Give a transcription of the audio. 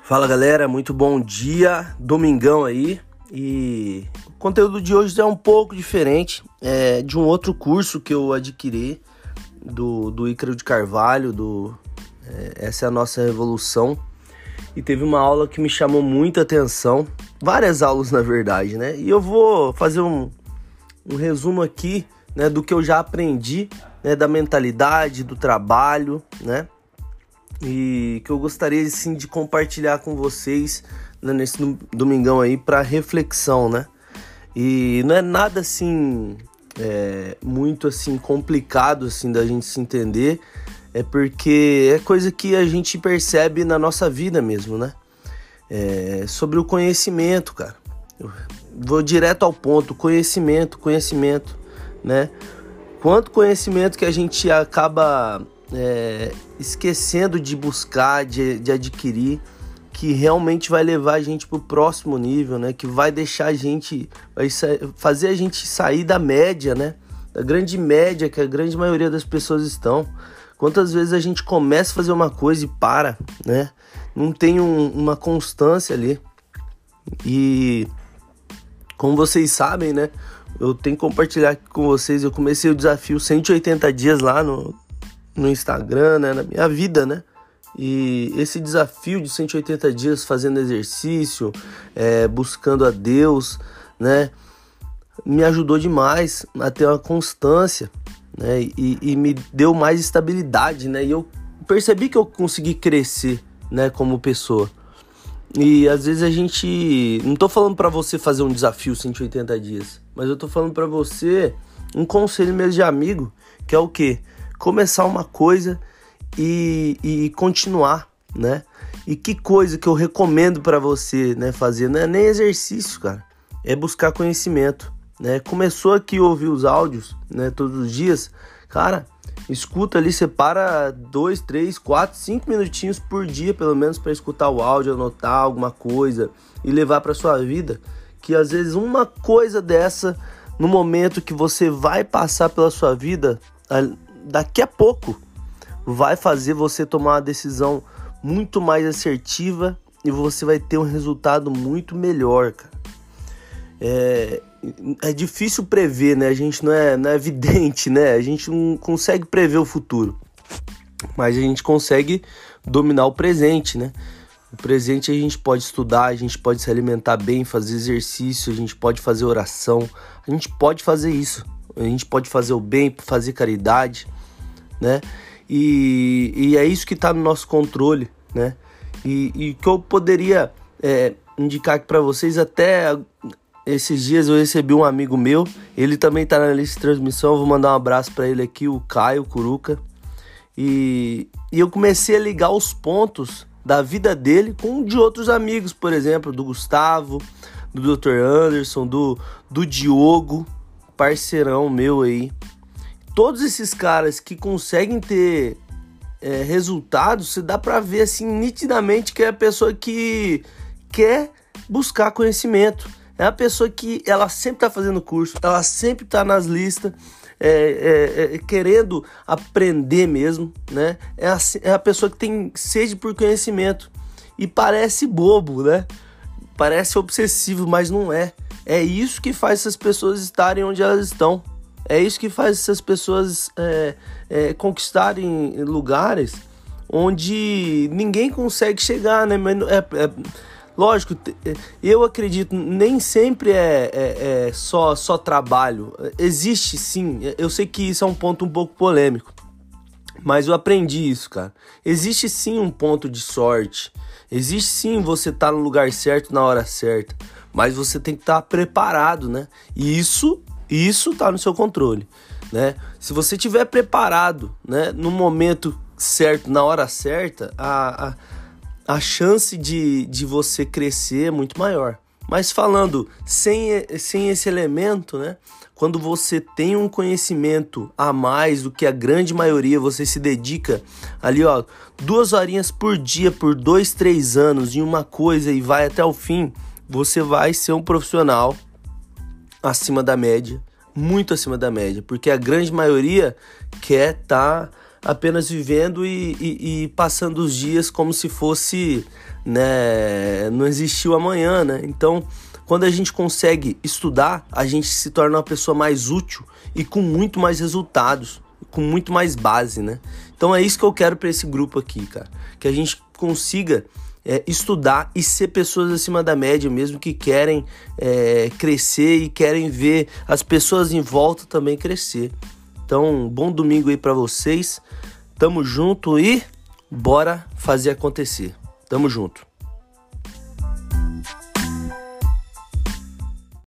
Fala galera, muito bom dia, domingão aí, e o conteúdo de hoje é um pouco diferente, de um outro curso que eu adquiri do Ícaro de Carvalho, Essa é a Nossa Revolução, e teve uma aula que me chamou muita atenção, várias aulas na verdade, né, e eu vou fazer um resumo aqui, né, do que eu já aprendi, né, da mentalidade, do trabalho, né, e que eu gostaria sim de compartilhar com vocês, né, nesse domingão aí para reflexão, né? E não é nada assim muito assim complicado assim da gente se entender, porque é coisa que a gente percebe na nossa vida mesmo, né? Sobre o conhecimento, cara. Eu vou direto ao ponto, conhecimento, né? Quanto conhecimento que a gente acaba esquecendo de buscar, de adquirir, que realmente vai levar a gente para o próximo nível, né? Que vai deixar a gente, fazer a gente sair da média, né? Da grande média que a grande maioria das pessoas estão. Quantas vezes a gente começa a fazer uma coisa e para, né? Não tem uma constância ali. E como vocês sabem, né? Eu tenho que compartilhar aqui com vocês. Eu comecei o desafio 180 dias lá no Instagram, né, na minha vida, né, e esse desafio de 180 dias fazendo exercício, buscando a Deus, né, me ajudou demais a ter uma constância, né, e me deu mais estabilidade, né, e eu percebi que eu consegui crescer, né, como pessoa. E às vezes a gente, não tô falando pra você fazer um desafio 180 dias, mas eu tô falando pra você um conselho mesmo de amigo, que é o quê? Começar uma coisa e continuar, né? E que coisa que eu recomendo para você, né, fazer, não é nem exercício, cara, é buscar conhecimento, né? Começou aqui a ouvir os áudios, né, todos os dias, cara, escuta ali, separa 2, 3, 4, 5 minutinhos por dia, pelo menos, para escutar o áudio, anotar alguma coisa e levar para sua vida, que às vezes uma coisa dessa, no momento que você vai passar pela sua vida, daqui a pouco vai fazer você tomar uma decisão muito mais assertiva e você vai ter um resultado muito melhor, cara. É difícil prever, né? A gente não é vidente, né? A gente não consegue prever o futuro, mas a gente consegue dominar o presente, né? O presente a gente pode estudar, a gente pode se alimentar bem, fazer exercício, a gente pode fazer oração, a gente pode fazer isso. A gente pode fazer o bem, fazer caridade, né? E é isso que está no nosso controle, né? E que eu poderia indicar aqui para vocês, até esses dias eu recebi um amigo meu, ele também está na lista de transmissão, eu vou mandar um abraço para ele aqui, o Caio Curuca, e eu comecei a ligar os pontos da vida dele com de outros amigos, por exemplo, do Gustavo, do Dr. Anderson, do Diogo, parceirão meu aí. Todos esses caras que conseguem ter resultados, você dá pra ver assim nitidamente que é a pessoa que quer buscar conhecimento. É a pessoa que ela sempre tá fazendo curso, ela sempre tá nas listas, querendo aprender mesmo, né? É a pessoa que tem sede por conhecimento. E parece bobo, né? Parece obsessivo, mas não é. É isso que faz essas pessoas estarem onde elas estão. É isso que faz essas pessoas conquistarem lugares onde ninguém consegue chegar, né? Mas lógico, eu acredito, nem sempre é só trabalho. Existe sim, eu sei que isso é um ponto um pouco polêmico, mas eu aprendi isso, cara. Existe sim um ponto de sorte. Existe sim você estar no lugar certo na hora certa. Mas você tem que estar preparado, né? E isso tá no seu controle, né? Se você estiver preparado, né, no momento certo, na hora certa, a chance de você crescer é muito maior. Mas falando sem esse elemento, né? Quando você tem um conhecimento a mais do que a grande maioria, você se dedica ali, 2 horinhas por dia, por 2, 3 anos em uma coisa e vai até o fim, você vai ser um profissional acima da média, muito acima da média, porque a grande maioria quer estar apenas vivendo e passando os dias como se fosse, né, não existiu amanhã, né? Então, quando a gente consegue estudar, a gente se torna uma pessoa mais útil e com muito mais resultados, com muito mais base, né? Então é isso que eu quero para esse grupo aqui, cara. Que a gente consiga estudar e ser pessoas acima da média mesmo, que querem crescer e querem ver as pessoas em volta também crescer. Então, bom domingo aí para vocês. Tamo junto e bora fazer acontecer. Tamo junto.